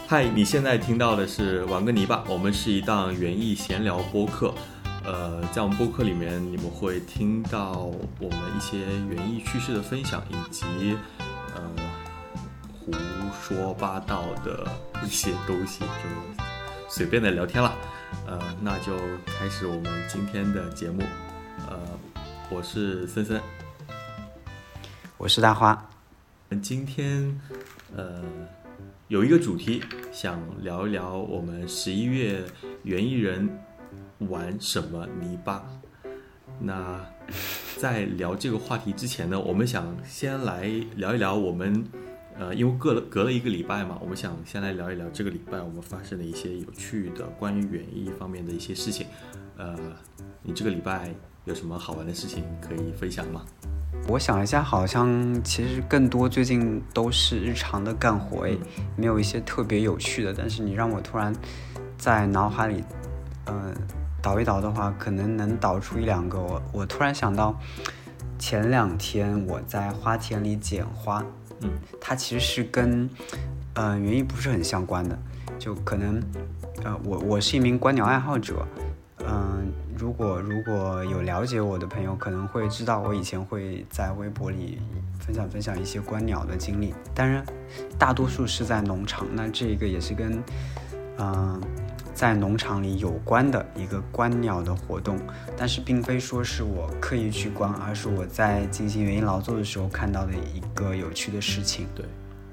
嗨，你现在听到的是玩个泥巴，我们是一档园艺闲聊播客。在我们播客里面，你们会听到我们一些园艺趋势的分享，以及胡说八道的一些东西，就随便的聊天了。那就开始我们今天的节目。我是森森， 我是大花。 今天有一个主题，想聊一聊我们11月园艺人玩什么泥巴。那在聊这个话题之前呢，我们想先来聊一聊我们因为隔了一个礼拜嘛，我们想先来聊一聊这个礼拜我们发生的一些有趣的关于园艺方面的一些事情。你这个礼拜有什么好玩的事情可以分享吗？ 我想一下，好像其实更多最近都是日常的干活，没有一些特别有趣的。但是你让我突然在脑海里倒一倒的话，可能能导出一两个。我突然想到，前2天我在花田里捡花，它其实是跟园艺不是很相关的，就可能我是一名观鸟爱好者。如果有了解我的朋友可能会知道，我以前会在微博里分享一些观鸟的经历，当然大多数是在农场。那这个也是跟在农场里有关的一个观鸟的活动，但是并非说是我刻意去观，而是我在进行园艺劳作的时候看到的一个有趣的事情。 对，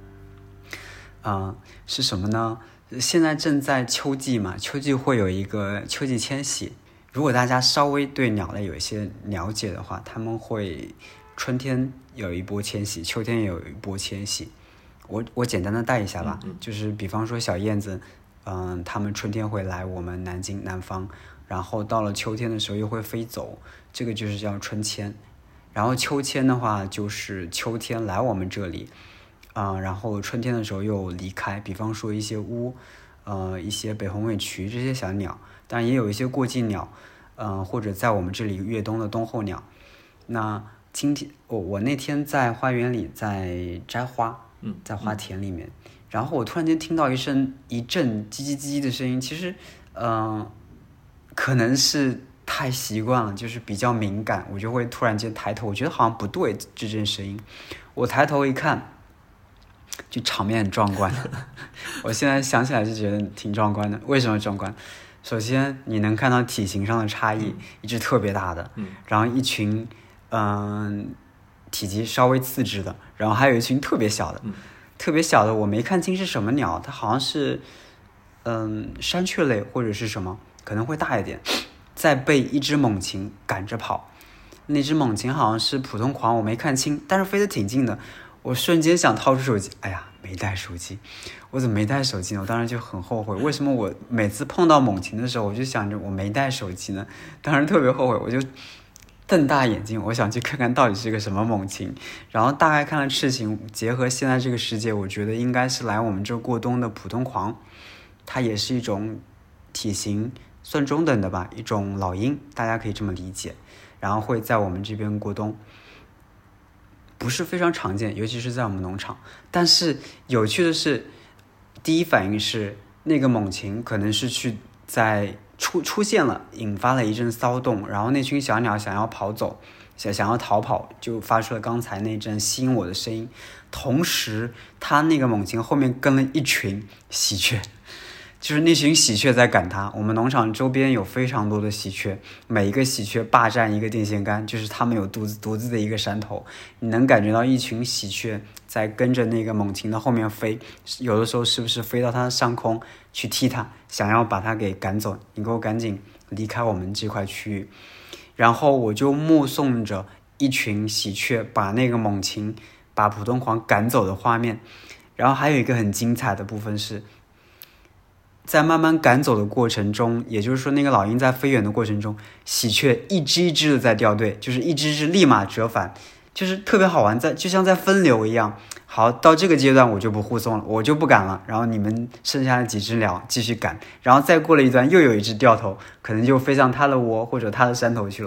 是什么呢？现在正在秋季嘛，秋季会有一个秋季迁徙。如果大家稍微对鸟类有一些了解的话，他们会春天有一波迁徙，秋天也有一波迁徙。我简单的带一下吧，就是比方说小燕子，它们春天会来我们南京南方，然后到了秋天的时候又会飞走，这个就是叫春迁。然后秋迁的话就是秋天来我们这里，然后春天的时候又离开，比方说一些乌，一些北红尾渠这些小鸟，当然也有一些过季鸟，或者在我们这里越冬的冬候鸟。那今天我那天在花园里在摘花，在花田里面，然后我突然间听到一阵叽叽叽的声音，其实可能是太习惯了，就是比较敏感，我就会突然间抬头，我觉得好像不对这阵声音，我抬头一看，就场面很壮观。我现在想起来就觉得挺壮观的。为什么壮观？首先你能看到体型上的差异，一只特别大的，然后一群体积稍微次之的，然后还有一群特别小的，特别小的我没看清是什么鸟，它好像是山雀类或者是什么，可能会大一点，在被一只猛禽赶着跑。那只猛禽好像是普通狂，我没看清，但是飞得挺近的。我瞬间想掏出手机，哎呀，没带手机，我怎么没带手机呢？我当时就很后悔，为什么我每次碰到猛禽的时候，我就想着我没带手机呢？当时特别后悔，我就瞪大眼睛，我想去看看到底是个什么猛禽。然后大概看了事情，结合现在这个世界，我觉得应该是来我们这过冬的普通狂，它也是一种体型算中等的吧，一种老鹰，大家可以这么理解。然后会在我们这边过冬。不是非常常见，尤其是在我们农场。但是有趣的是，第一反应是那个猛禽可能是出现了，引发了一阵骚动，然后那群小鸟想要跑走，想要逃跑，就发出了刚才那阵吸引我的声音。同时它那个猛禽后面跟了一群喜鹊，就是那群喜鹊在赶它。我们农场周边有非常多的喜鹊，每一个喜鹊霸占一个电线杆，就是它们有独自的一个山头。你能感觉到一群喜鹊在跟着那个猛禽的后面飞，有的时候是不是飞到它的上空去踢它，想要把它给赶走，你给我赶紧离开我们这块区域。然后我就目送着一群喜鹊把那个猛禽把普通狂赶走的画面。然后还有一个很精彩的部分是，在慢慢赶走的过程中，也就是说那个老鹰在飞远的过程中，喜鹊一只一只的在掉队，就是一只立马折返，就是特别好玩，就像在分流一样。好，到这个阶段我就不护送了，我就不赶了，然后你们剩下的几只鸟继续赶，然后再过了一段又有一只掉头，可能就飞向它的窝或者它的山头去了，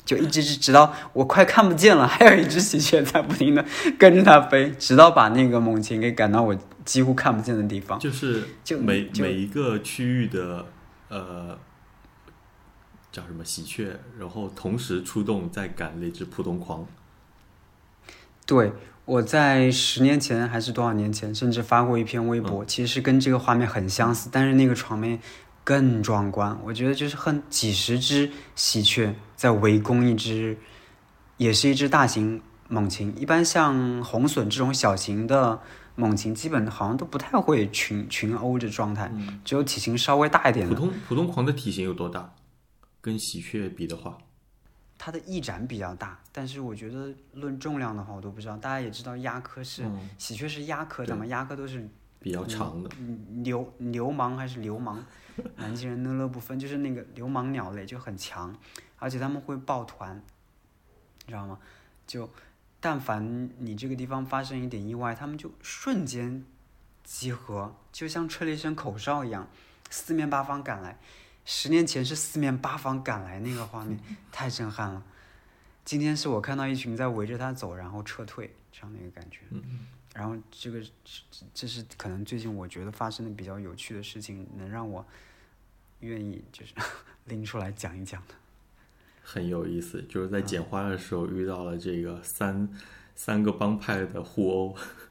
就一只只直到我快看不见了，还有一只喜鹊在不停的跟着它飞，直到把那个猛禽给赶到我几乎看不见的地方。 就是每一个区域的叫什么喜鹊，然后同时出动在赶那只扑通狂。 对，我在10年前还是多少年前，甚至发过一篇微博，其实是跟这个画面很相似，但是那个场面更壮观。我觉得就是几十只喜鹊在围攻一只，也是一只大型猛禽。一般像红隼这种小型的猛禽，基本好像都不太会群殴的状态，只有体型稍微大一点的。 普通狂的体型有多大？跟喜鹊比的话？ 它的翼展比较大，但是我觉得论重量的话，我都不知道。大家也知道鸦科是、喜鹊是鸦科的嘛，鸦科都是比较长的。 流氓还是流氓，南京人呢乐不分，就是那个流氓鸟类就很强，而且他们会抱团，你知道吗？就但凡你这个地方发生一点意外，他们就瞬间集合，就像吹了一声口哨一样，四面八方赶来。10年前是四面八方赶来，那个画面太震撼了。今天是我看到一群在围着他走，然后撤退这样的一个感觉。然后这是可能最近我觉得发生的比较有趣的事情，能让我愿意就是拎出来讲一讲的。 很有意思，就是在捡花的时候遇到了这个三个帮派的互殴。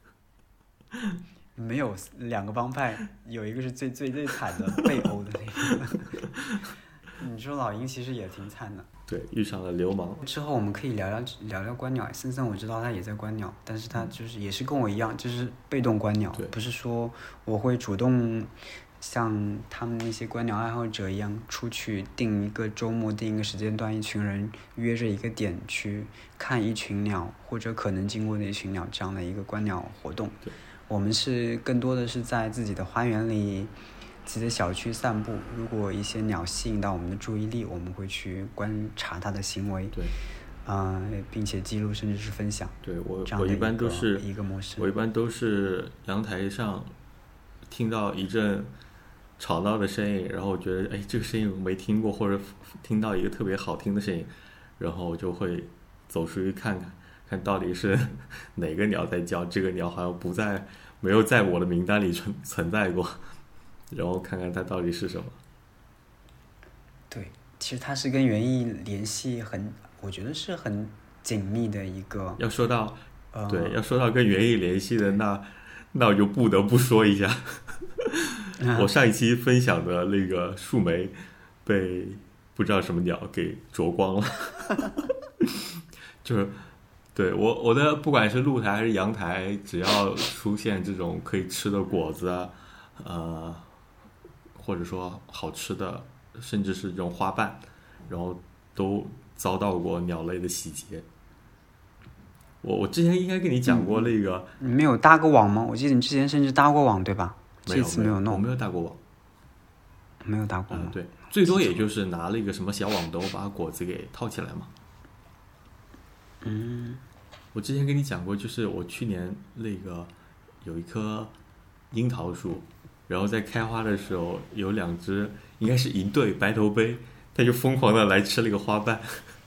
没有2个帮派，有一个是最惨的被殴的那个。你说老鹰其实也挺惨的。 对，遇上了流氓。 之后我们可以聊聊观鸟。森森我知道他也在观鸟，但是他就是也是跟我一样，就是被动观鸟，不是说我会主动像他们那些观鸟爱好者一样出去定一个周末定一个时间段，一群人约着一个点去看一群鸟或者可能经过的一群鸟这样的一个观鸟活动。我们是更多的是在自己的花园里自己的小区散步，如果一些鸟吸引到我们的注意力，我们会去观察它的行为，并且记录甚至是分享。 对，我一般都是一个模式。 我一般都是阳台上听到一阵吵闹的声音，然后我觉得这个声音我没听过，或者听到一个特别好听的声音，然后我就会走出去看到底是哪个鸟在叫，这个鸟好像没有在我的名单里存在过，然后看看它到底是什么。 对，其实它是跟园艺联系我觉得是很紧密的一个。 要说到跟园艺联系的，那我就不得不说一下，我上一期分享的那个树莓被不知道什么鸟给啄光了，就是对我的不管是露台还是阳台，只要出现这种可以吃的果子或者说好吃的，甚至是这种花瓣，然后都遭到过鸟类的洗劫。我之前应该跟你讲过那个， 你没有搭过网吗？我记得你之前甚至搭过网，对吧？这次没有弄。 我没有搭过网。 没有搭过网。 对，最多也就是拿了一个什么小网兜把果子给套起来嘛。我之前跟你讲过，就是我去年那个有一棵樱桃树，然后在开花的时候有2只，应该是一对白头鹎，它就疯狂的来吃了一个花瓣。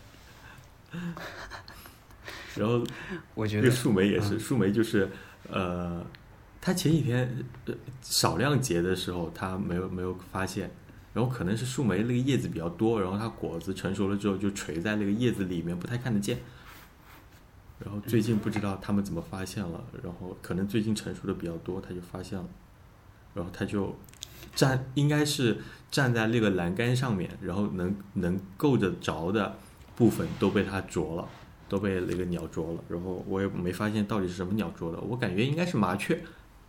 然后我觉得这个树莓也是，树莓就是它前几天少量结的时候它没有发现，然后可能是树莓那个叶子比较多，然后它果子成熟了之后就垂在那个叶子里面，不太看得见。然后最近不知道他们怎么发现了，然后可能最近成熟的比较多，他就发现了，然后他就应该是站在那个栏杆上面，然后能够得着的部分都被它啄了，都被那个鸟啄了，然后我也没发现到底是什么鸟啄的，我感觉应该是麻雀。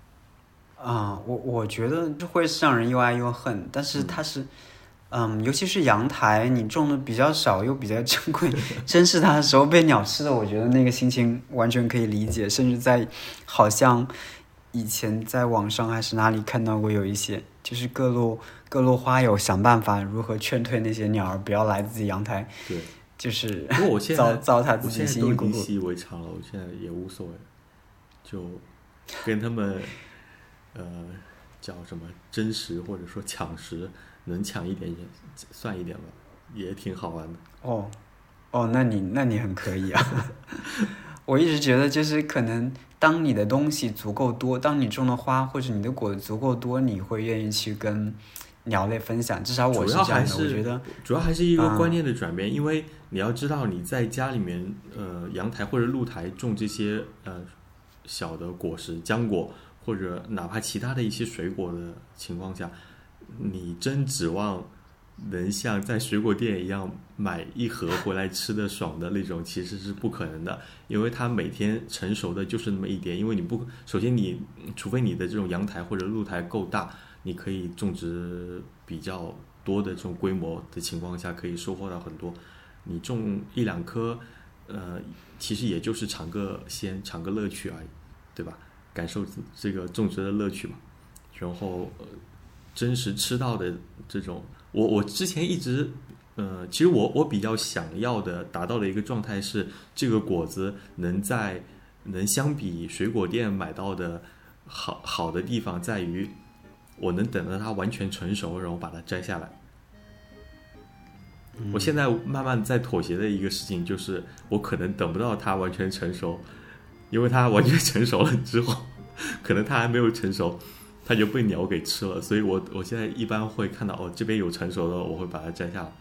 我觉得这会是让人又爱又恨，但是它是。尤其是阳台，你种的比较少又比较珍贵，珍视它的时候被鸟吃的，我觉得那个心情完全可以理解。甚至好像以前在网上还是哪里看到过有一些，就是各路花友想办法如何劝退那些鸟儿不要来自己阳台， 对， 就是不过我现在糟蹋自己辛辛苦苦。 我现在都习以为常了，我现在也无所谓，就跟他们叫什么争食或者说抢食。能抢一点也算一点吧，也挺好玩的。 哦，那你很可以啊。我一直觉得就是可能当你的东西足够多，当你种的花或者你的果子足够多，你会愿意去跟鸟类分享，至少我是这样的。我觉得主要还是一个观念的转变，因为你要知道你在家里面阳台或者露台种这些小的果实浆果或者哪怕其他的一些水果的情况下，你真指望能像在水果店一样买一盒回来吃的爽的那种，其实是不可能的，因为它每天成熟的就是那么一点。因为你不，首先你除非你的这种阳台或者露台够大，你可以种植比较多的这种规模的情况下，可以收获到很多。你种一两颗，其实也就是尝个鲜，尝个乐趣而已，对吧？感受这个种植的乐趣嘛。然后，真实吃到的这种。我之前一直，其实我比较想要的达到的一个状态是，这个果子能相比水果店买到的好的地方在于，我能等到它完全成熟，然后把它摘下来。我现在慢慢在妥协的一个事情就是，我可能等不到它完全成熟，因为它完全成熟了之后，可能它还没有成熟。它就被鸟给吃了，所以我现在一般会看到这边有成熟的，我会把它摘下来。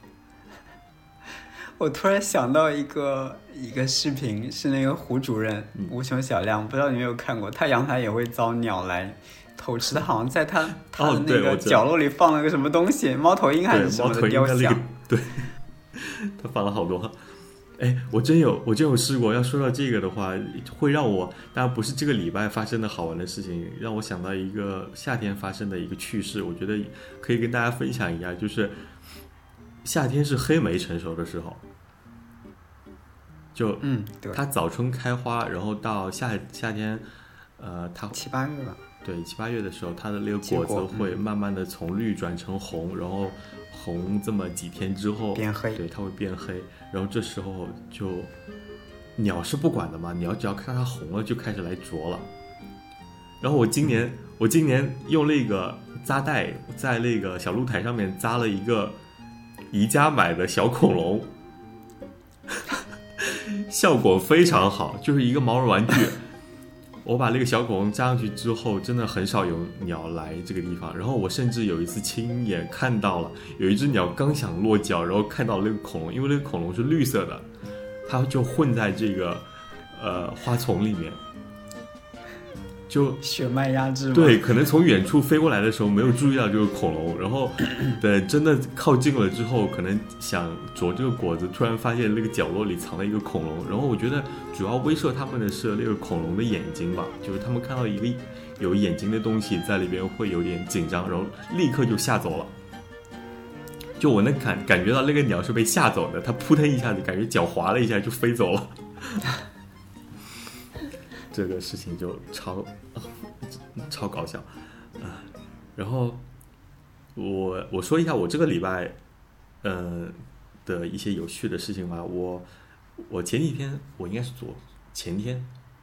我突然想到一个视频，是那个胡主任无穷小亮，不知道你有没有看过？他阳台也会遭鸟来偷吃，他好像在他的那个角落里放了个什么东西，猫头鹰还是什么的雕像， 对，他放了好多。我真有试过。要说到这个的话，会让我，当然不是这个礼拜发生的好玩的事情，让我想到一个夏天发生的一个趣事，我觉得可以跟大家分享一下。就是夏天是黑莓成熟的时候，就它早春开花，然后到夏天，它 7、8月吧。 对，7、8月的时候，它的那个果子会慢慢的从绿转成红，然后红这么几天之后变黑， 对，它会变黑。然后这时候就鸟是不管的嘛，鸟只要看到它红了就开始来啄了。然后我今年用那个扎带在那个小露台上面扎了一个宜家买的小恐龙，效果非常好，就是一个毛绒玩具。我把那个小恐龙扎上去之后，真的很少有鸟来这个地方。然后我甚至有一次亲眼看到了，有一只鸟刚想落脚，然后看到那个恐龙，因为那个恐龙是绿色的，它就混在这个花丛里面，就血脉压制吗？ 对，可能从远处飞过来的时候没有注意到这个恐龙，然后等真的靠近了之后，可能想啄这个果子，突然发现那个角落里藏了一个恐龙。然后我觉得主要威慑他们的是那个恐龙的眼睛吧，就是他们看到一个有眼睛的东西在里边会有点紧张，然后立刻就吓走了。就我能感觉到那个鸟是被吓走的，它扑腾一下子，感觉脚滑了一下就飞走了。这个事情就超搞笑啊！然后我说一下我这个礼拜的一些有趣的事情吧。我前几天，我应该是前天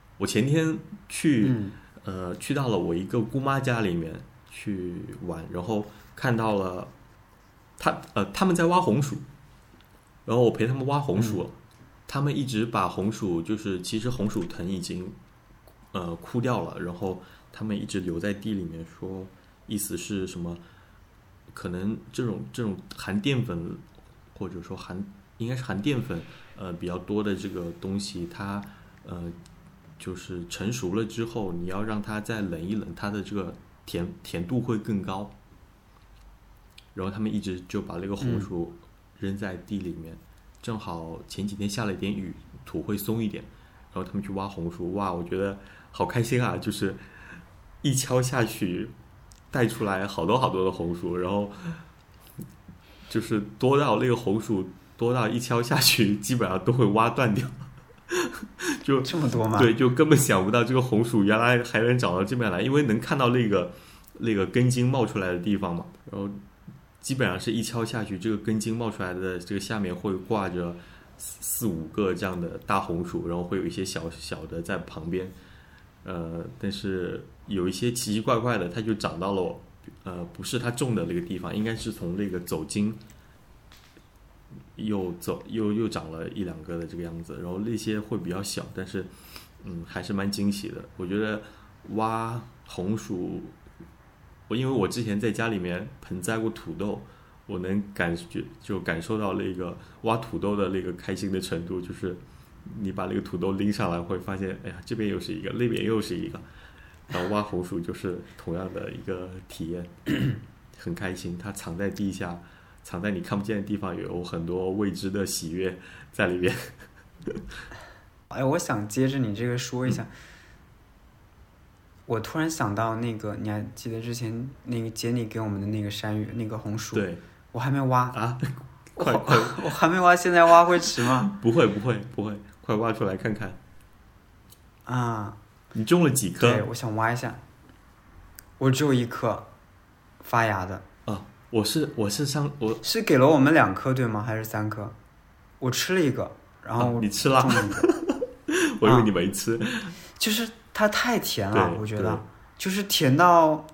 去到了我一个姑妈家里面去玩，然后看到了他们在挖红薯，然后我陪他们挖红薯了。他们一直把红薯，就是其实红薯藤已经枯掉了，然后他们一直留在地里面，说意思是什么？可能这种含淀粉，或者说应该是含淀粉比较多的这个东西，它就是成熟了之后，你要让它再冷一冷，它的这个甜度会更高。然后他们一直就把那个红薯扔在地里面，正好前几天下了一点雨，土会松一点，然后他们去挖红薯，哇，我觉得好开心啊！就是一敲下去，带出来好多好多的红薯，然后就是多到那个红薯多到一敲下去，基本上都会挖断掉。就这么多吗？ 对，就根本想不到这个红薯原来还能长到这边来，因为能看到那个根茎冒出来的地方嘛，然后基本上是一敲下去，这个根茎冒出来的这个下面会挂着4、5个这样的大红薯，然后会有一些小小的在旁边，但是有一些奇奇怪怪的，它就长到了不是它种的那个地方，应该是从那个走茎又长了一两个的这个样子，然后那些会比较小，但是还是蛮惊喜的。我觉得挖红薯，因为我之前在家里面盆栽过土豆，我能感受到那个挖土豆的那个开心的程度，就是你把那个土豆拎上来，会发现，哎呀，这边又是一个，那边又是一个。然后挖红薯就是同样的一个体验，很开心。它藏在地下，藏在你看不见的地方，有很多未知的喜悦在里边。 哎，我想接着你这个说一下。我突然想到那个，你还记得之前那个杰尼给我们的那个山芋，那个红薯？ 对， 我还没挖啊，快！ 我还没挖，现在挖会迟吗？ 不会，快挖出来看看。 啊！ 你种了几颗？ 对，我想挖一下。我只有1颗发芽的。 啊，我是给了我们2颗对吗？还是3颗？我吃了1个，然后你吃了种了1个。 我以为你没吃。 就是它太甜了，我觉得就是甜到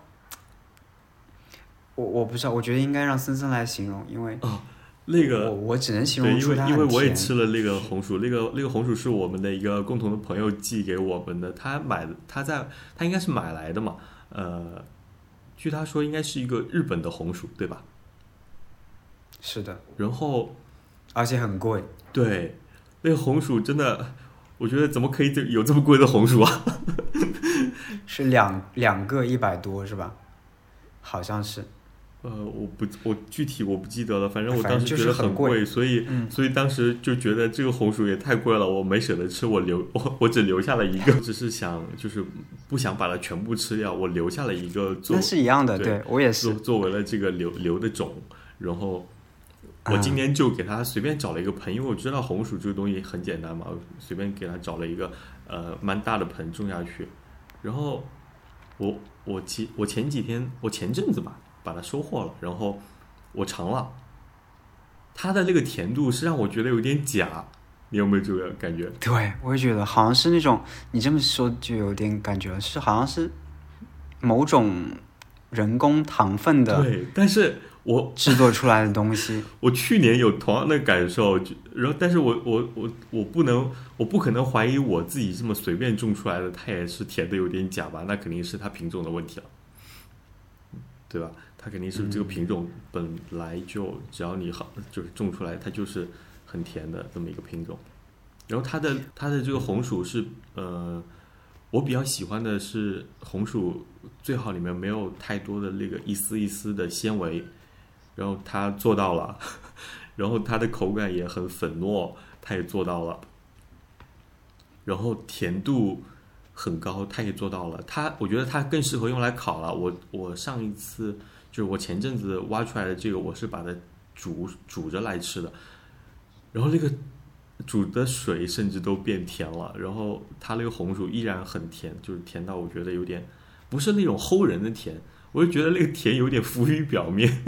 我不知道，我觉得应该让森森来形容，因为那个我只能形容出它很甜。 因为我也吃了那个红薯，那个红薯是我们的一个共同的朋友寄给我们的，他应该是买来的嘛，据他说应该是一个日本的红薯，对吧？ 是的。 然后而且很贵。 对，那个红薯真的，我觉得怎么可以有这么贵的红薯啊？ 是两个100多是吧？好像是。 我具体我不记得了，反正我当时觉得很贵，所以当时就觉得这个红薯也太贵了，我没舍得吃，我只留下了一个，只是想就是不想把它全部吃掉，我留下了一个那是一样的，对我也是作为了这个留的种，然后我今年就给他随便找了一个盆，因为我知道红薯这个东西很简单嘛，随便给他找了一个蛮大的盆种下去，然后我前阵子吧把它收获了，然后我尝了，它的那个甜度是让我觉得有点假，你有没有这个感觉？ 对，我也觉得好像是那种，你这么说就有点感觉了，是好像是某种人工糖分的， 对，但是我制作出来的东西。 我去年有同样的感受，然后但是我不可能怀疑我自己这么随便种出来的，它也是甜的有点假吧？那肯定是它品种的问题了，对吧？它肯定是这个品种本来就只要你好，就是种出来它就是很甜的这么一个品种。然后它的这个红薯是我比较喜欢的是红薯最好里面没有太多的那个一丝一丝的纤维，然后它做到了，然后它的口感也很粉糯，它也做到了，然后甜度很高，它也做到了。我觉得它更适合用来烤了。我上一次就是我前阵子挖出来的这个，我是把它煮着来吃的，然后那个煮的水甚至都变甜了，然后它那个红薯依然很甜，就是甜到我觉得有点不是那种齁人的甜，我就觉得那个甜有点浮于表面。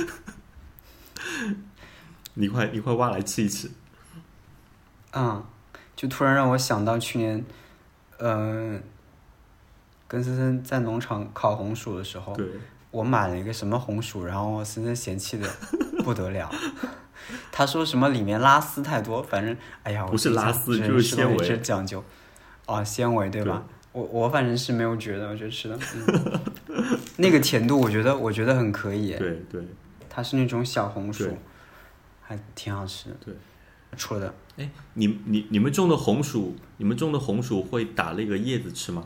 你快挖来吃一吃。 就突然让我想到去年跟森森在农场烤红薯的时候， 对， 我买了一个什么红薯，然后森森嫌弃的不得了。他说什么里面拉丝太多，反正哎呀， 不是拉丝就是纤维， 这讲究纤维对吧？对，我反正是没有觉得，我觉得吃的那个甜度，我觉得很可以。 对对， 它是那种小红薯，还挺好吃的。 对， 出的。 哎，你们种的红薯会打那个叶子吃吗？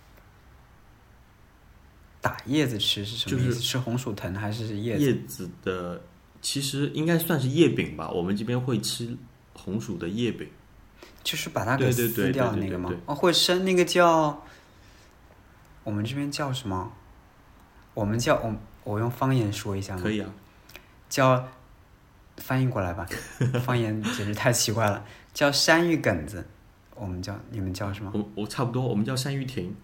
打叶子吃是什么意思？就是吃红薯藤还是叶子？ 叶子的其实应该算是叶柄吧，我们这边会吃红薯的叶柄， 就是把它给撕掉的那个吗？会生那个叫，我们这边叫什么？我们叫我用方言说一下吗？ 可以啊， 叫翻译过来吧，方言简直太奇怪了，叫山芋梗子，你们叫什么？ 我差不多，我们叫山芋亭。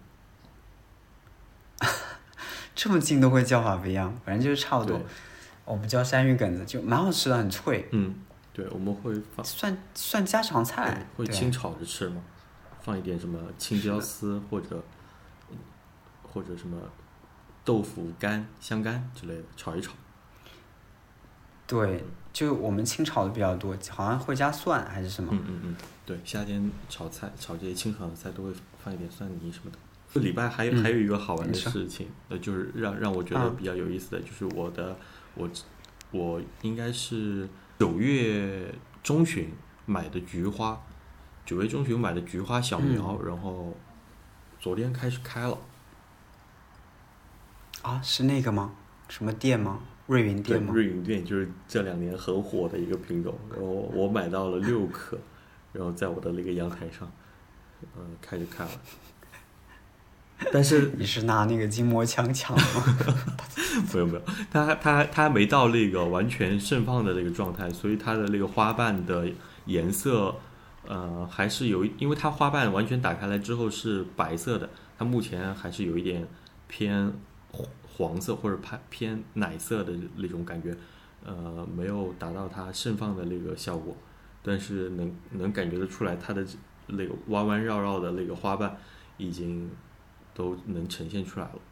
这么近都会叫法不一样，反正就是差不多。我们叫山芋梗子，就蛮好吃的，很脆。 对，我们会放算家常菜， 会清炒着吃嘛，放一点什么青椒丝或者什么豆腐干、香干之类的炒一炒。 对， 就我们清炒的比较多，好像会加蒜还是什么。 对，夏天炒菜炒这些清炒的菜都会放一点蒜泥什么的。这礼拜还有一个好玩的事情，就是让我觉得比较有意思的，就是我应该是9月中旬买的菊花小苗，然后昨天开始开了。 啊，是那个吗？什么店吗？瑞云店吗？ 瑞云店就是这2年很火的一个品种，然后我买到了6颗，然后在我的那个阳台上，开始看了。但是你是拿那个筋膜枪抢吗？ 没有，它没到那个完全盛放的那个状态，所以它的那个花瓣的颜色，还是有，因为它花瓣完全打开来之后是白色的，它目前还是有一点偏黄色或者偏奶色的那种感觉，没有达到它盛放的那个效果，但是能感觉得出来它的那个弯弯绕绕的那个花瓣已经都能呈现出来了。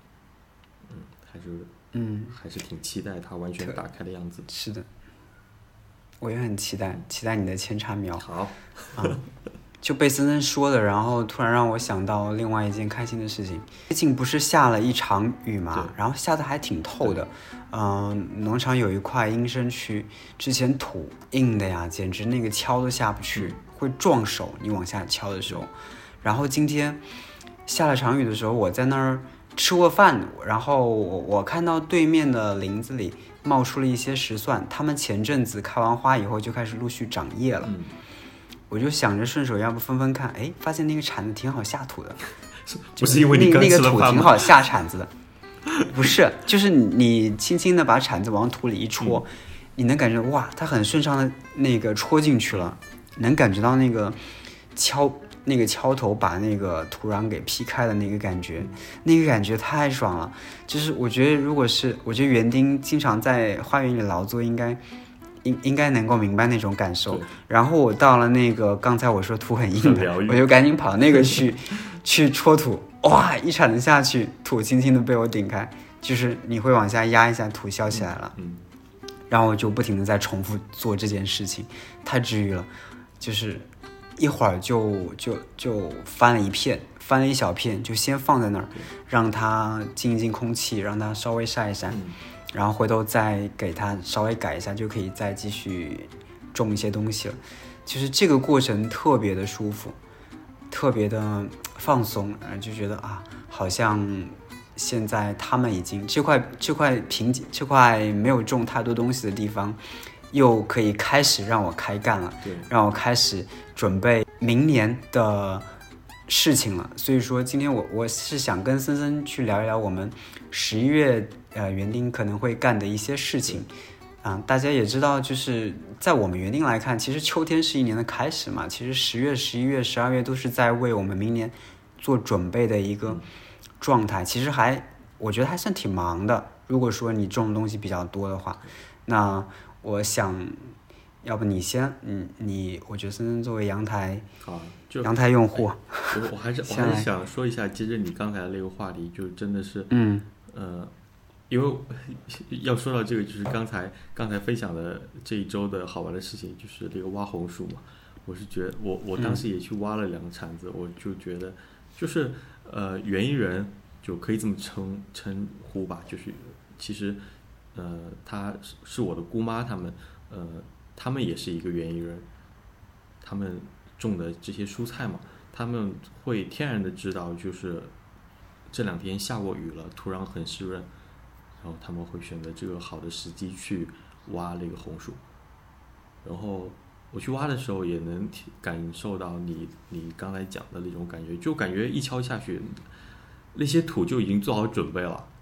还是挺期待它完全打开的样子。 是的，我也很期待你的扦插苗。 好， 就被森森说的，然后突然让我想到另外一件开心的事情。最近不是下了一场雨嘛，然后下的还挺透的。农场有一块阴生区，之前土硬的呀，简直那个敲都下不去，会撞手。你往下敲的时候，然后今天下了场雨的时候，我在那儿吃过饭，然后我看到对面的林子里冒出了一些石蒜，它们前阵子开完花以后就开始陆续长叶了。我就想着顺手要不分分看，发现那个铲子挺好下土的， 不是因为你刚吃了饭吗？ 那个土挺好下铲子的，不是，就是你轻轻的把铲子往土里一戳，你能感觉哇，它很顺畅的那个戳进去了，能感觉到那个敲头把那个土壤给劈开的那个感觉，太爽了。就是我觉得园丁经常在花园里劳作，应该能够明白那种感受。然后我到了那个刚才我说土很硬的，我就赶紧跑那个去戳土，哇，一铲子下去，土轻轻的被我顶开，就是你会往下压一下，土消起来了。然后我就不停的在重复做这件事情，太治愈了。就是一会儿就翻了一小片，就先放在那儿，让它进一进空气，让它稍微晒一晒。然后回头再给它稍微改一下，就可以再继续种一些东西了。就是这个过程特别的舒服，特别的放松，就觉得啊，好像现在他们已经这块平瘠，这块没有种太多东西的地方，又可以开始让我开干了，让我开始准备明年的事情了。所以说今天我是想跟森森去聊一聊我们11月园丁可能会干的一些事情。大家也知道，就是在我们园丁来看，其实秋天是一年的开始嘛，其实10月、11月、12月都是在为我们明年做准备的一个状态。其实我觉得还算挺忙的，如果说你种的东西比较多的话。那我想要不你先，我觉得森森作为阳台用户， 我还是想说一下，接着你刚才那个话题，就真的是，因为要说到这个，就是刚才分享的这一周的好玩的事情，就是那个挖红薯嘛。我是觉得我当时也去挖了2个铲子，我就觉得就是园艺人就可以这么称呼吧，就是其实她是我的姑妈，他们也是一个园艺人，他们种的这些蔬菜嘛，他们会天然的知道，就是这2天下过雨了，土壤很湿润，然后他们会选择这个好的时机去挖那个红薯。然后我去挖的时候也能感受到你刚才讲的那种感觉，就感觉一敲下去，那些土就已经做好准备了。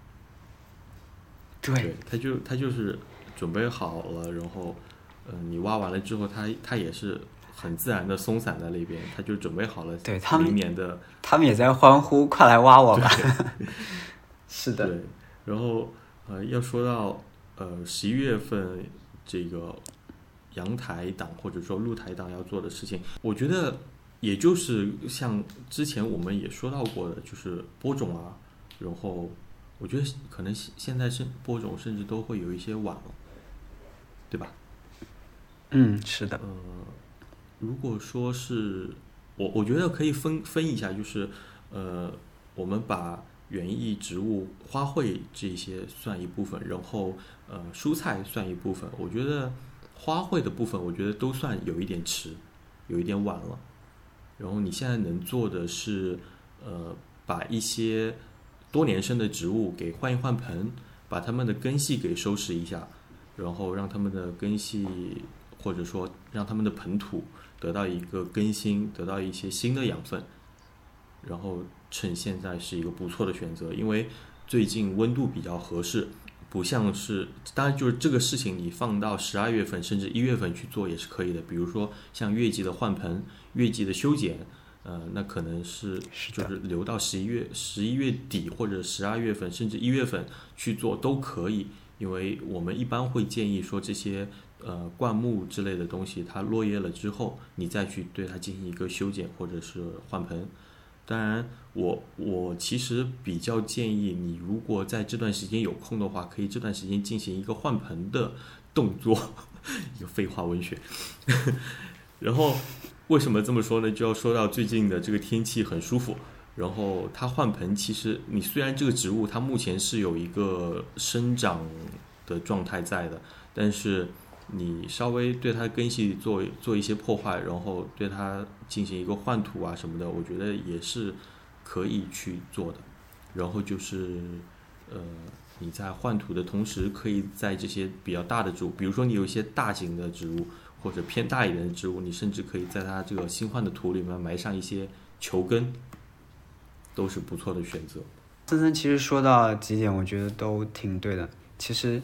对，它就是准备好了，然后你挖完了之后，它也是很自然的松散在那边，它就准备好了。对，明年的他们也在欢呼，快来挖我吧。是的。 对，然后要说到11月份这个阳台党或者说露台党要做的事情，我觉得也就是像之前我们也说到过的，就是播种啊，然后我觉得可能现在是播种甚至都会有一些晚了，对吧？ 是的。 如果说是我觉得可以分一下，就是我们把园艺植物、花卉这些算一部分，然后蔬菜算一部分。我觉得花卉的部分，我觉得都算有一点迟，有一点晚了。然后你现在能做的是，把一些多年生的植物给换一换盆，把它们的根系给收拾一下，然后让它们的根系或者说让它们的盆土得到一个更新，得到一些新的养分，然后趁现在是一个不错的选择，因为最近温度比较合适，不像是，当然就是这个事情你放到12月份甚至1月份去做也是可以的，比如说像月季的换盆、月季的修剪，那可能是就是留到11月底或者12月份甚至1月份去做都可以，因为我们一般会建议说这些灌木之类的东西它落叶了之后，你再去对它进行一个修剪或者是换盆。当然我其实比较建议你，如果在这段时间有空的话，可以这段时间进行一个换盆的动作，一个废话文学。然后为什么这么说呢？就要说到最近的这个天气很舒服，然后它换盆，其实你虽然这个植物它目前是有一个生长的状态在的，但是你稍微对它的根系做一些破坏，然后对它进行一个换土啊什么的，我觉得也是可以去做的。然后就是你在换土的同时，可以在这些比较大的植物，比如说你有一些大型的植物或者偏大一点的植物，你甚至可以在它这个新换的土里面埋上一些球根，都是不错的选择。 森森其实说到几点，我觉得都挺对的。其实，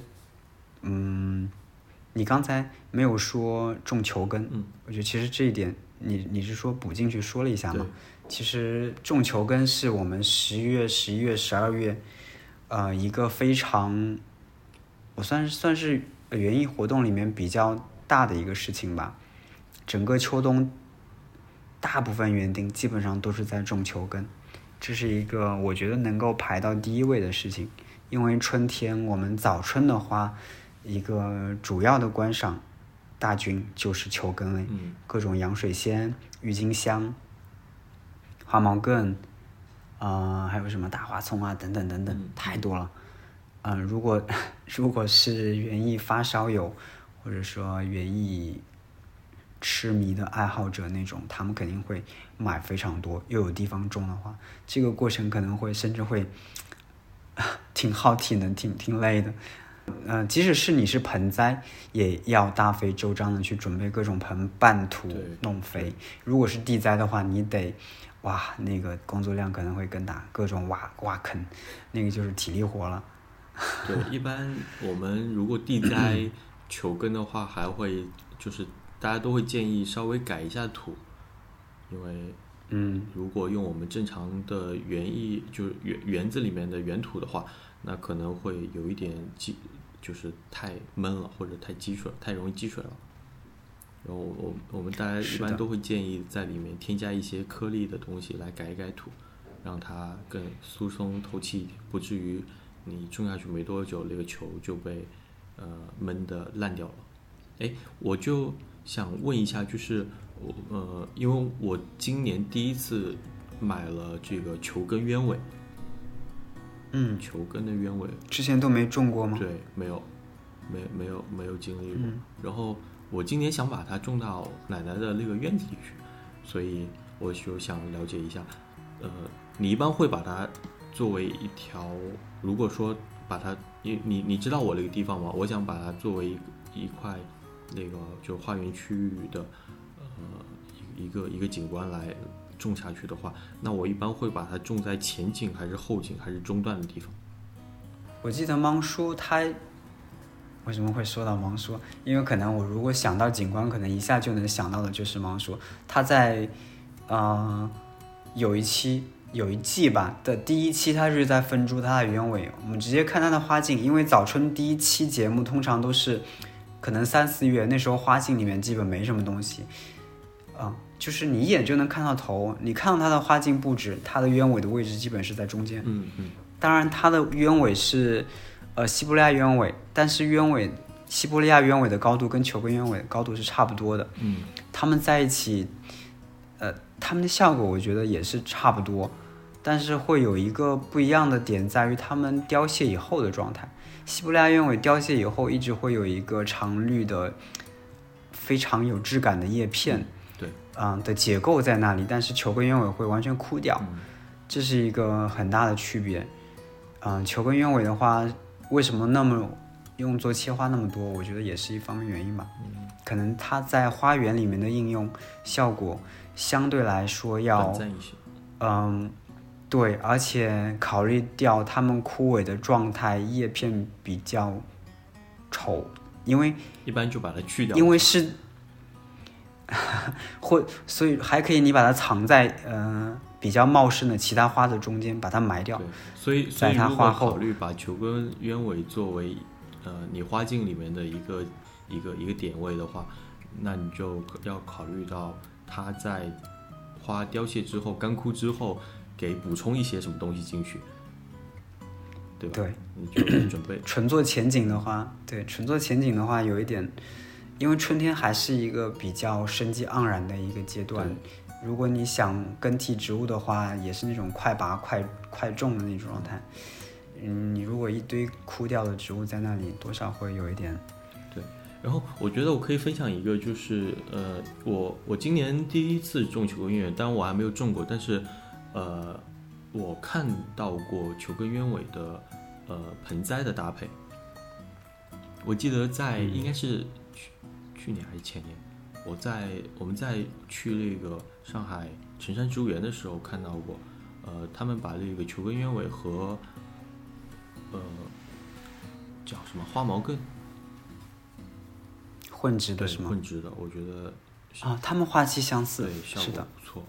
你刚才没有说种球根，我觉得其实这一点你是说补进去说了一下吗？其实种球根是我们10月、11月、12月，一个非常，我算是园艺活动里面比较大的一个事情吧。整个秋冬，大部分园丁基本上都是在种球根，这是一个我觉得能够排到第一位的事情。因为春天我们早春的话，一个主要的观赏大军就是球根类，各种洋水仙、郁金香、花毛茛，还有什么大花葱啊，等等等等，太多了。如果是园艺发烧友，或者说园艺痴迷的爱好者那种，他们肯定会买非常多，又有地方种的话，这个过程可能会甚至会挺耗体能，挺累的。即使是你是盆栽，也要大费周章的去准备各种盆拌土弄肥。如果是地栽的话，你得那个工作量可能会更大，各种挖坑，那个就是体力活了。 对，一般我们如果地栽球根的话，还会就是大家都会建议稍微改一下土，因为如果用我们正常的园艺就是园子里面的原土的话，那可能会有一点就是太闷了，或者太容易积水了。然后我们大家一般都会建议在里面添加一些颗粒的东西来改一改土，让它更疏松透气一点，不至于你种下去没多久那个球就被闷的烂掉了。我就想问一下，就是因为我今年第一次买了这个球根鸢尾。球根的鸢尾之前都没种过吗？ 对，没有经历过。然后我今年想把它种到奶奶的那个院子里去，所以我就想了解一下，你一般会把它作为一条，如果说把它，你知道我那个地方吗？我想把它作为一块那个就花园区域的一个景观来种下去的话，那我一般会把它种在前景还是后景还是中段的地方？ 我记得芒叔他为什么会说到芒叔？因为可能我如果想到景观，可能一下就能想到的就是芒叔。他在有一季吧的第一期，他是在分株他的鸢尾，我们直接看他的花径，因为早春第一期节目通常都是可能3、4月，那时候花径里面基本没什么东西。就是你一眼就能看到头，你看到它的花径布置，它的鸢尾的位置基本是在中间。当然它的鸢尾是西伯利亚鸢尾，但是鸢尾西伯利亚鸢尾的高度跟球根鸢尾的高度是差不多的，它们在一起，它们的效果我觉得也是差不多，但是会有一个不一样的点在于它们凋谢以后的状态。西伯利亚鸢尾凋谢以后一直会有一个常绿的非常有质感的叶片，的结构在那里，但是球根鸢尾会完全枯掉，这是一个很大的区别。球根鸢尾的话，为什么那么用作切花那么多？我觉得也是一方面原因吧。可能它在花园里面的应用效果相对来说要短暂一些。 对，而且考虑掉它们枯萎的状态，叶片比较丑，因为一般就把它去掉， 因为是所以还可以你把它藏在比较茂盛的其他花的中间，把它埋掉。 对，所以在它花后考虑把球根鸢尾作为你花镜里面的一个点位的话，那你就要考虑到它在花凋谢之后、干枯之后，给补充一些什么东西进去，对吧？ 对， 你就准备纯做前景的话，有一点，因为春天还是一个比较生机盎然的一个阶段。如果你想更替植物的话，也是那种快拔快种的那种状态。你如果一堆枯掉的植物在那里，多少会有一点。 对，然后我觉得我可以分享一个，就是我今年第一次种球根鸢尾，当然我还没有种过，但是我看到过球根鸢尾的盆栽的搭配。我记得在应该是去年还是前年，我们在去那个上海辰山植物园的时候看到过，他们把那个球根鸢尾和叫什么花毛茛混植的是吗？ 混植的，我觉得它们花期相似， 对，效果不错。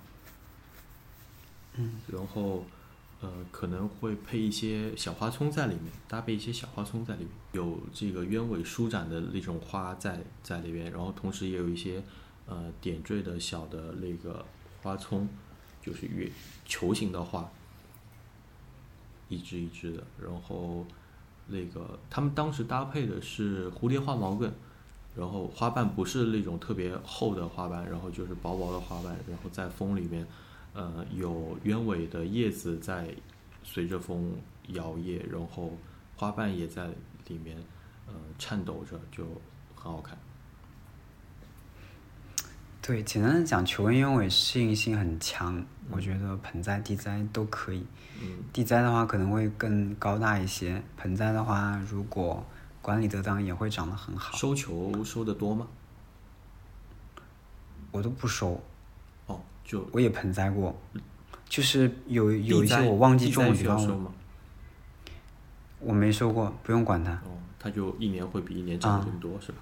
然后可能会配一些小花葱在里面，搭配一些小花葱在里面，有这个鸢尾舒展的那种花在里边，然后同时也有一些点缀的小的那个花葱，就是球形的花，一支一支的。然后那个他们当时搭配的是蝴蝶花毛茛，然后花瓣不是那种特别厚的花瓣，然后就是薄薄的花瓣，然后在风里面有鸢尾的叶子在随着风摇曳，然后花瓣也在里面颤抖着，就很好看。 对，简单的讲，球根鸢尾适应性很强，我觉得盆栽、地栽都可以。地栽的话可能会更高大一些，盆栽的话如果管理得当也会长得很好。 收球收得多吗？ 我都不收。 就我也盆栽过，就是有一些我忘记种的地方，我没收过，不用管它。 它就一年会比一年长得更多，是吧？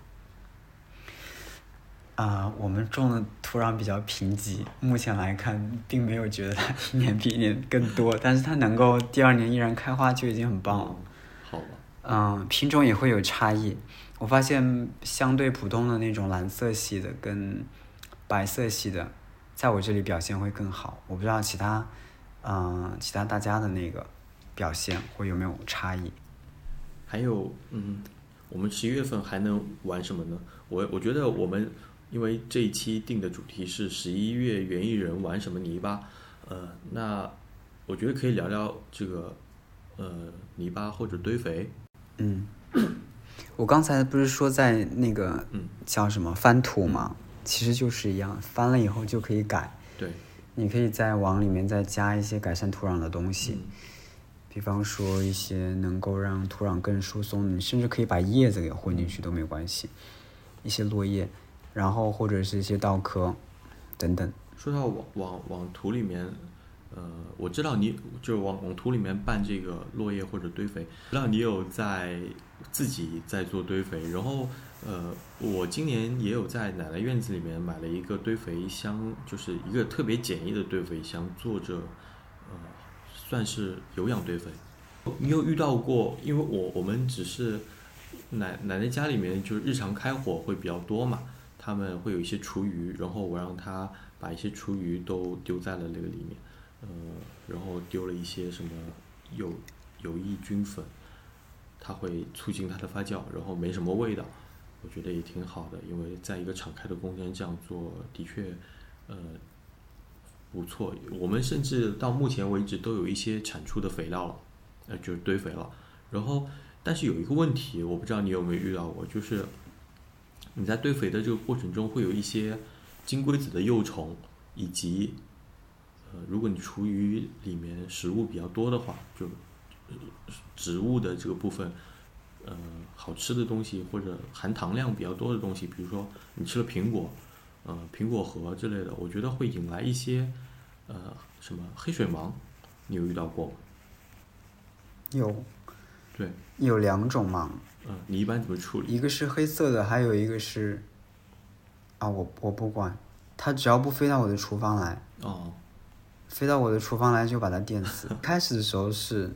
我们种的土壤比较贫瘠，目前来看并没有觉得它一年比一年更多，但是它能够第二年依然开花就已经很棒了。 好吧。 品种也会有差异，我发现相对普通的那种蓝色系的跟白色系的，在我这里表现会更好。我不知道其他大家的那个表现会有没有差异。 还有我们11月份还能玩什么呢？我觉得我们因为这一期定的主题是11月园艺人玩什么泥巴，那我觉得可以聊聊这个泥巴或者堆肥。 我刚才不是说在那个叫什么翻土吗？其实就是一样，翻了以后就可以改。 对， 你可以再往里面再加一些改善土壤的东西，比方说一些能够让土壤更疏松，你甚至可以把叶子给混进去都没关系，一些落叶，然后或者是一些稻壳等等。 说到往土里面，我知道你就是往土里面拌这个落叶或者堆肥，知道你有自己在做堆肥，然后我今年也有在奶奶院子里面买了一个堆肥箱，就是一个特别简易的堆肥箱，做着算是有氧堆肥。你有遇到过？因为我们只是奶奶家里面就是日常开火会比较多嘛，他们会有一些厨余，然后我让他把一些厨余都丢在了那个里面，然后丢了一些什么有益菌粉，它会促进它的发酵，然后没什么味道， 我觉得也挺好的，因为在一个敞开的空间这样做的确不错。我们甚至到目前为止都有一些产出的肥料了，就是堆肥了。然后，但是有一个问题，我不知道你有没有遇到过，就是你在堆肥的这个过程中会有一些金龟子的幼虫，以及如果你厨余里面食物比较多的话，就植物的这个部分，好吃的东西或者含糖量比较多的东西，比如说你吃了苹果，苹果核之类的，我觉得会引来一些什么黑水虻，你有遇到过吗？ 有， 对， 有2种虻， 你一般怎么处理？ 一个是黑色的，还有一个是我不管，它只要不飞到我的厨房来，飞到我的厨房来就把它电死。开始的时候是，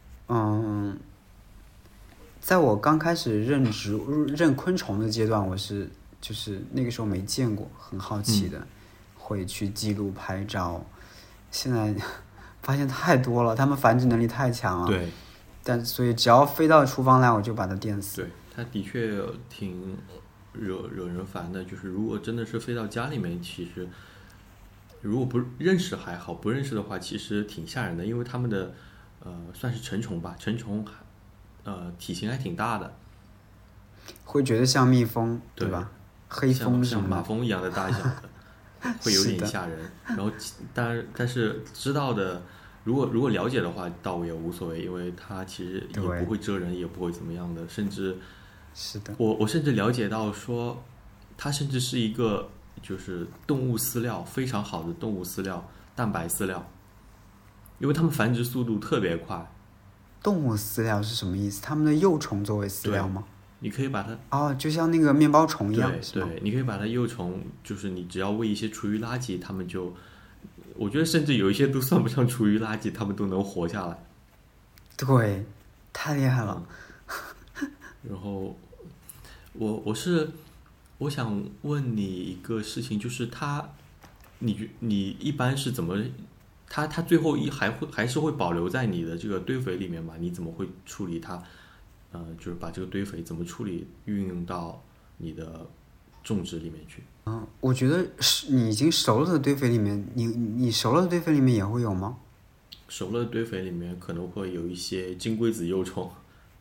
在我刚开始认昆虫的阶段，我是就是那个时候没见过，很好奇的，会去记录拍照。现在发现太多了，它们繁殖能力太强了。 对。 但所以只要飞到厨房来，我就把它电死。 对，它的确挺惹人烦的。就是如果真的是飞到家里面，其实如果不认识还好，不认识的话，其实挺吓人的，因为它们的算是成虫吧，成虫体型还挺大的， 会觉得像蜜蜂，对吧？黑蜂像马蜂一样的大小的，会有点吓人。然后但是知道的，如果了解的话，倒也无所谓，因为它其实也不会蛰人，也不会怎么样的。甚至是的， 我甚至了解到说，它甚至是一个就是动物饲料非常好的动物饲料，蛋白饲料，因为它们繁殖速度特别快。 动物饲料是什么意思？它们的幼虫作为饲料吗？ 你可以把它就像那个面包虫一样， 对，你可以把它幼虫，就是你只要喂一些厨余垃圾，它们就，我觉得甚至有一些都算不上厨余垃圾，它们都能活下来。 对，太厉害了。 然后我想问你一个事情，就是你一般是怎么？它最后还是会保留在你的这个堆肥里面吗？你怎么会处理它？就是把这个堆肥怎么处理，运用到你的种植里面去？ 我觉得你已经熟了的堆肥里面，你熟了的堆肥里面也会有吗？ 熟了的堆肥里面可能会有一些金龟子幼虫。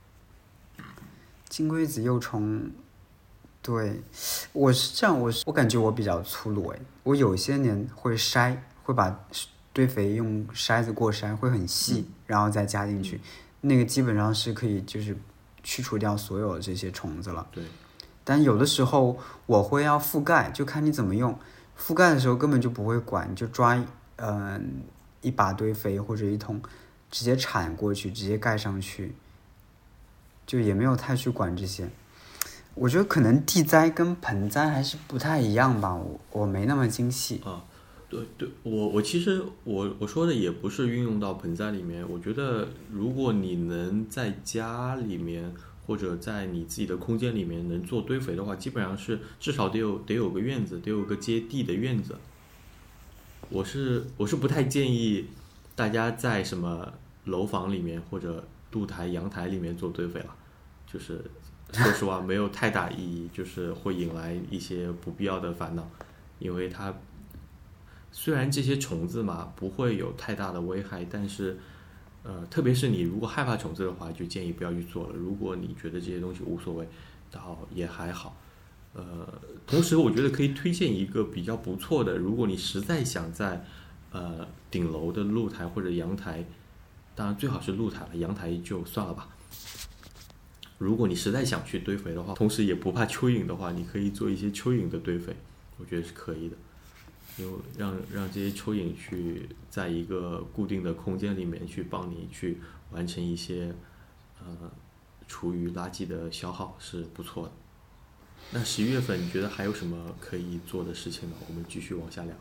金龟子幼虫，对，我是这样，我感觉我比较粗鲁我有些年会把堆肥用筛子过筛，会很细，然后再加进去，那个基本上是可以就是去除掉所有的这些虫子了。 对。 但有的时候我会要覆盖，就看你怎么用。覆盖的时候根本就不会管，就抓一把堆肥或者一桶，直接铲过去，直接盖上去，就也没有太去管这些。我觉得可能地栽跟盆栽还是不太一样吧，我没那么精细。 对，我其实我说的也不是运用到盆栽里面。我觉得如果你能在家里面或者在你自己的空间里面能做堆肥的话，基本上是至少得有个院子，得有个接地的院子。我是不太建议大家在什么楼房里面或者露台、阳台里面做堆肥了，就是说实话没有太大意义，就是会引来一些不必要的烦恼，因为它。虽然这些虫子嘛不会有太大的危害，但是，特别是你如果害怕虫子的话，就建议不要去做了。如果你觉得这些东西无所谓，倒也还好。同时我觉得可以推荐一个比较不错的，如果你实在想在顶楼的露台或者阳台，当然最好是露台了，阳台就算了吧。如果你实在想去堆肥的话，同时也不怕蚯蚓的话，你可以做一些蚯蚓的堆肥，我觉得是可以的。就让这些蚯蚓去在一个固定的空间里面去帮你去完成一些厨余垃圾的消耗是不错的。那11月份你觉得还有什么可以做的事情呢？我们继续往下聊。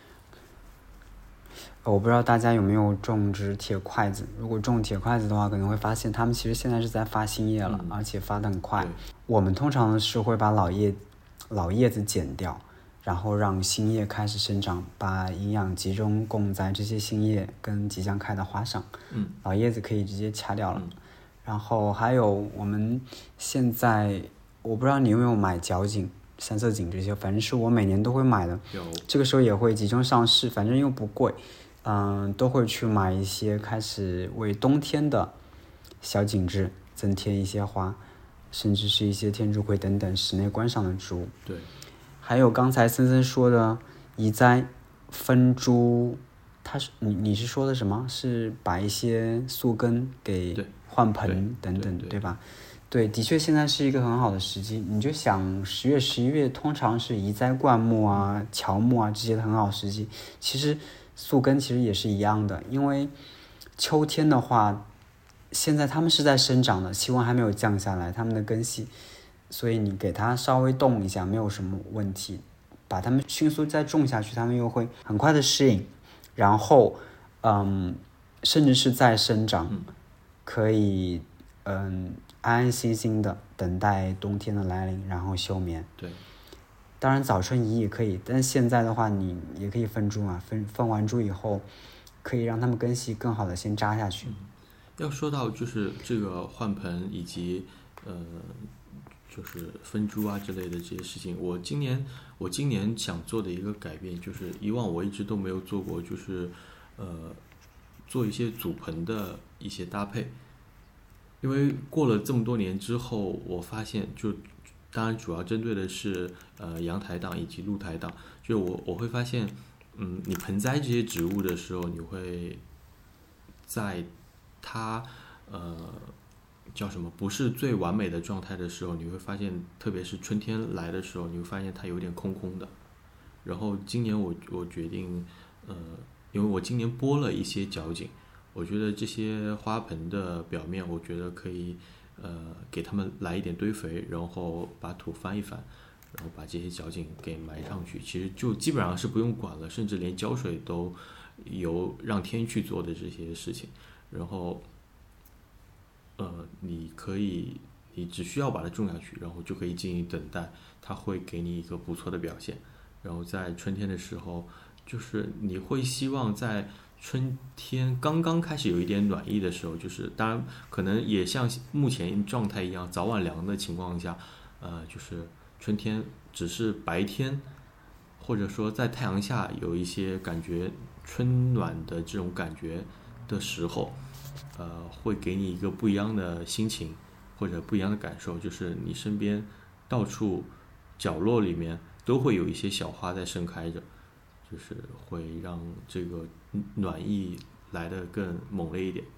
我不知道大家有没有种植铁筷子，如果种铁筷子的话，可能会发现它们其实现在是在发新叶了，而且发得很快。我们通常是会把老叶子剪掉，然后让新叶开始生长，把营养集中供在这些新叶跟即将开的花上。老叶子可以直接掐掉了。然后还有我我不知道你有没有买角景、三色堇这些，反正是我每年都会买的。 有， 这个时候也会集中上市，反正又不贵，都会去买一些，开始为冬天的小景致增添一些花，甚至是一些天竺葵等等室内观赏的植物。 对， 还有刚才森森说的移栽、分株，你是说的什么？是把一些宿根给换盆等等，对吧？对，的确现在是一个很好的时机。你就想10月、11月通常是移栽灌木啊、乔木啊这些的很好时机。其实宿根其实也是一样的，因为秋天的话，现在它们是在生长的，气温还没有降下来，它们的根系，所以你给它稍微动一下没有什么问题，把它们迅速再种下去，它们又会很快的适应，然后甚至是再生长，可以安安心心的等待冬天的来临，然后休眠。 对， 当然早春移也可以，但现在的话你也可以分株嘛，分完株以后可以让它们根系更好的先扎下去。 要说到就是这个换盆以及就是分株啊之类的这些事情，我今年想做的一个改变就是以往我一直都没有做过，就是做一些组盆的一些搭配。因为过了这么多年之后，我发现当然主要针对的是阳台档以及露台档，就我会发现，你盆栽这些植物的时候，你会在它叫什么不是最完美的状态的时候，你会发现，特别是春天来的时候，你会发现它有点空空的。然后今年我决定，因为我今年拨了一些角景。我觉得这些花盆的表面，我觉得可以，给它们来一点堆肥，然后把土翻一翻，然后把这些角景给埋上去。其实就基本上是不用管了，甚至连浇水都由让天去做的这些事情。然后，你只需要把它种下去，然后就可以进行等待，它会给你一个不错的表现。然后在春天的时候，就是你会希望在春天刚刚开始有一点暖意的时候，就是当然可能也像目前状态一样早晚凉的情况下，就是春天只是白天或者说在太阳下有一些感觉春暖的这种感觉的时候，会给你一个不一样的心情或者不一样的感受，就是你身边到处角落里面都会有一些小花在盛开着，就是会让这个暖意来得更猛烈一点。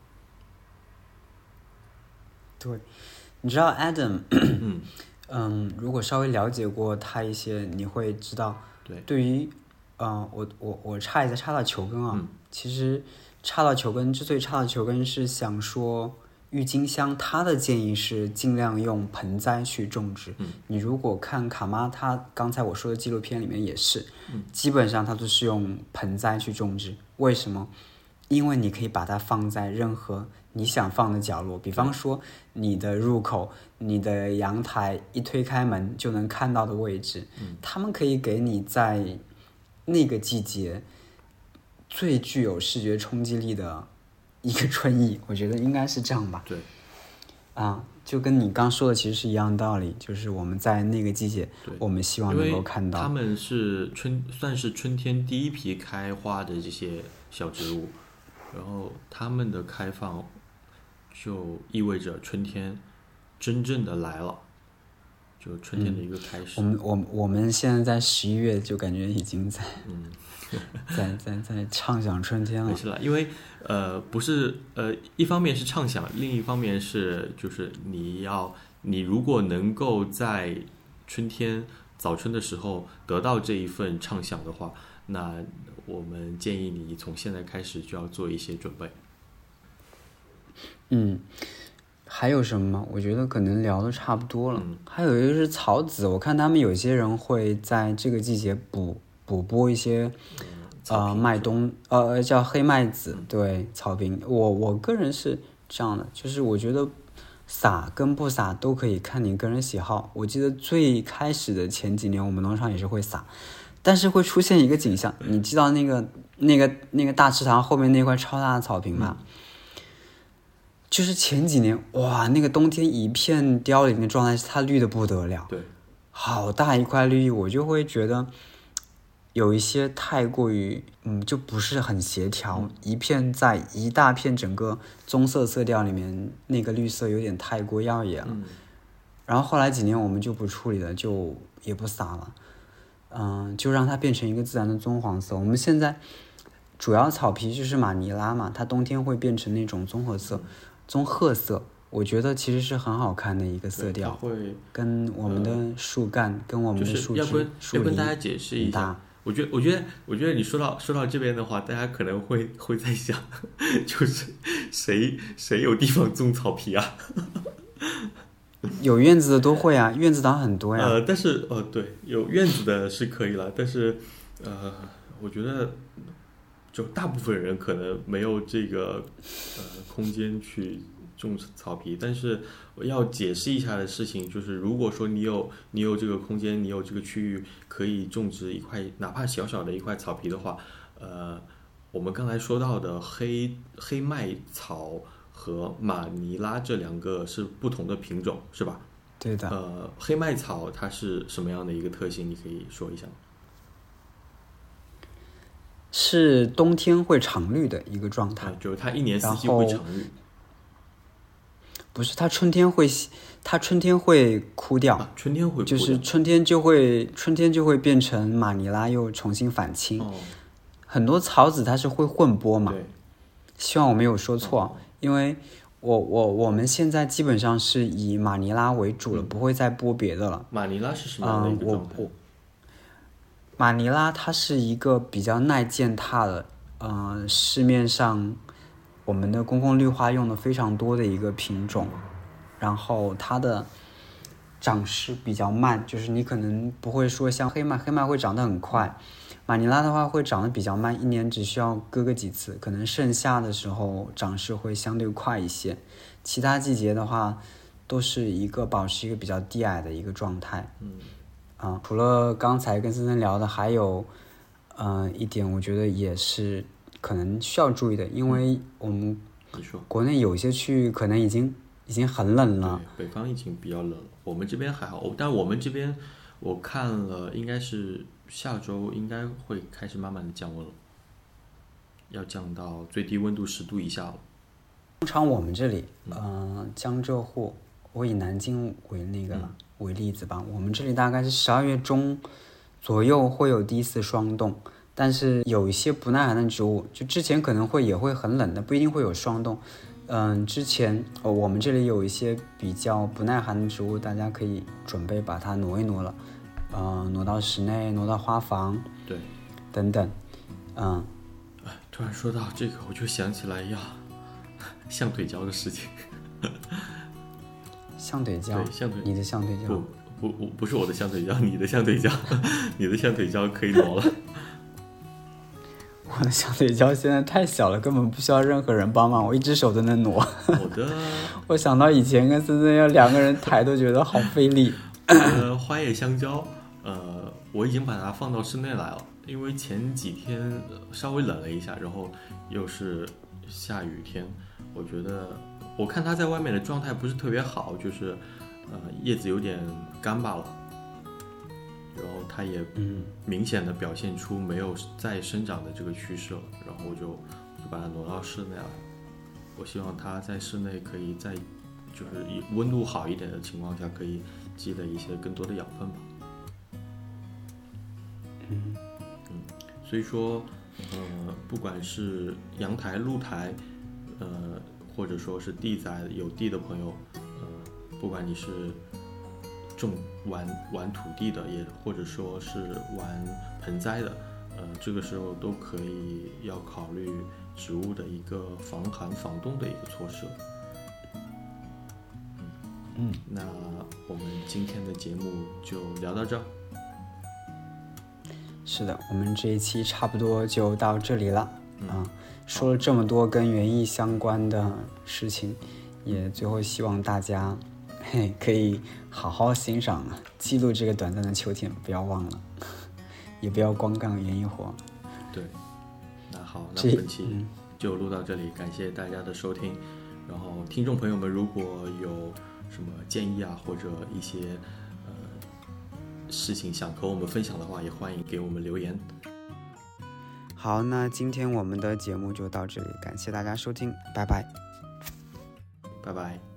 对，你知道 Adam 如果稍微了解过他一些，你会知道，对于我插一下，插到球根啊，其实插到球根之所以插到球根是想说郁金香他的建议是尽量用盆栽去种植。你如果看卡妈他刚才我说的纪录片里面也是，基本上他都是用盆栽去种植。为什么？因为你可以把它放在任何你想放的角落，比方说你的入口、你的阳台一推开门就能看到的位置，他们可以给你在那个季节最具有视觉冲击力的一个春意，我觉得应该是这样吧。 对， 就跟你刚说的其实是一样的道理，就是我们在那个季节，我们希望能够看到。 他们是算是春天第一批开花的这些小植物，然后它们的开放就意味着春天真正的来了，就春天的一个开始。 我们现在在11月就感觉已经在在畅想春天了。 没事了，因为不是一方面是畅想，另一方面是就是你如果能够在春天早春的时候得到这一份畅想的话，那我们建议你从现在开始就要做一些准备。 还有什么？我觉得可能聊的差不多了。还有一个是草籽，我看他们有些人会在这个季节补播一些麦冬，叫黑麦子，对，草坪。我个人是这样的，就是我觉得撒跟不撒都可以，看你个人喜好。我记得最开始的前几年，我们农场也是会撒，但是会出现一个景象，你知道那个大池塘后面那块超大的草坪吗？ 就是前几年哇，那个冬天一片凋零的状态，它绿的不得了， 对， 好大一块绿意，我就会觉得有一些太过于就不是很协调，一片在一大片整个棕色色调里面，那个绿色有点太过耀眼了。然后后来几年我们就不处理了，就也不撒了，就让它变成一个自然的棕黄色。我们现在主要草皮就是马尼拉嘛，它冬天会变成那种棕褐色，我觉得其实是很好看的一个色调， 会跟我们的树干、跟我们的树枝、树要跟林大家解释一下。我觉得你说到这边的话，大家可能会在想，就是谁有地方种草皮啊？ 有院子的都会啊，院子党很多呀。 但是对，有院子的是可以了，但是我觉得就大部分人可能没有这个空间去种草皮。但是我要解释一下的事情就是，如果说你有这个空间，你有这个区域可以种植一块哪怕小小的一块草皮的话，我们刚才说到的黑麦草和马尼拉这两个是不同的品种，是吧？ 对的。 黑麦草它是什么样的一个特性？你可以说一下吗？ 是冬天会常绿的一个状态， 就是它一年四季会常绿。 不是，它春天会枯掉， 春天会枯掉， 就是春天就会变成马尼拉，又重新返青。很多草籽它是会混播嘛，希望我没有说错，因为我们现在基本上是以马尼拉为主了，不会再播别的了。 马尼拉是什么样的一个状态？ 马尼拉它是一个比较耐践踏的，市面上我们的公共绿化用的非常多的一个品种，然后它的长势比较慢，就是你可能不会说像黑麦会长得很快，马尼拉的话会长得比较慢，一年只需要割个几次，可能盛夏的时候长势会相对快一些，其他季节的话都是保持一个比较低矮的一个状态。除了刚才跟森森聊的，还有一点我觉得也是可能需要注意的，因为我们国内有些区域可能已经很冷了。 对，北方已经比较冷了，我们这边还好，但我们这边我看了，应该是下周应该会开始慢慢的降温了，要降到最低温度10度以下了。 通常我们这里，江浙沪，我以南京为例子吧，我们这里大概是12月中左右会有第一次霜冻，但是有一些不耐寒的植物，就之前可能也会很冷的，不一定会有霜冻。之前我们这里有一些比较不耐寒的植物，大家可以准备把它挪一挪了，挪到室内，挪到花房， 对， 等等， 突然说到这个，我就想起来象腿椒的事情。 象腿椒， 对， 你的象腿椒， 不是我的象腿椒，你的象腿椒，你的象腿椒可以挪了。 我的象腿椒现在太小了，根本不需要任何人帮忙，我一只手都能挪。我想到以前跟森森要2个人抬都觉得好费力。 花叶香蕉，我已经把它放到室内来了，因为前几天稍微冷了一下，然后又是下雨天，我看它在外面的状态不是特别好，就是叶子有点干巴了，然后它也明显的表现出没有再生长的这个趋势了，然后我就把它挪到室内来。我希望它在室内可以在就是以温度好一点的情况下，可以积累一些更多的养分吧。所以说不管是阳台、露台，或者说是地宅有地的朋友，不管你是玩土地的，也或者说是玩盆栽的，这个时候都可以要考虑植物的一个防寒防冻的一个措施。那我们今天的节目就聊到这儿。 是的，我们这一期差不多就到这里了。说了这么多跟园艺相关的事情，也最后希望大家可以好好欣赏记录这个短暂的秋天，不要忘了，也不要光干园艺活。 对，那好，那本期就录到这里，感谢大家的收听。 然后听众朋友们如果有什么建议啊，或者一些事情想和我们分享的话，也欢迎给我们留言。 好，那今天我们的节目就到这里，感谢大家收听，拜拜。 拜拜。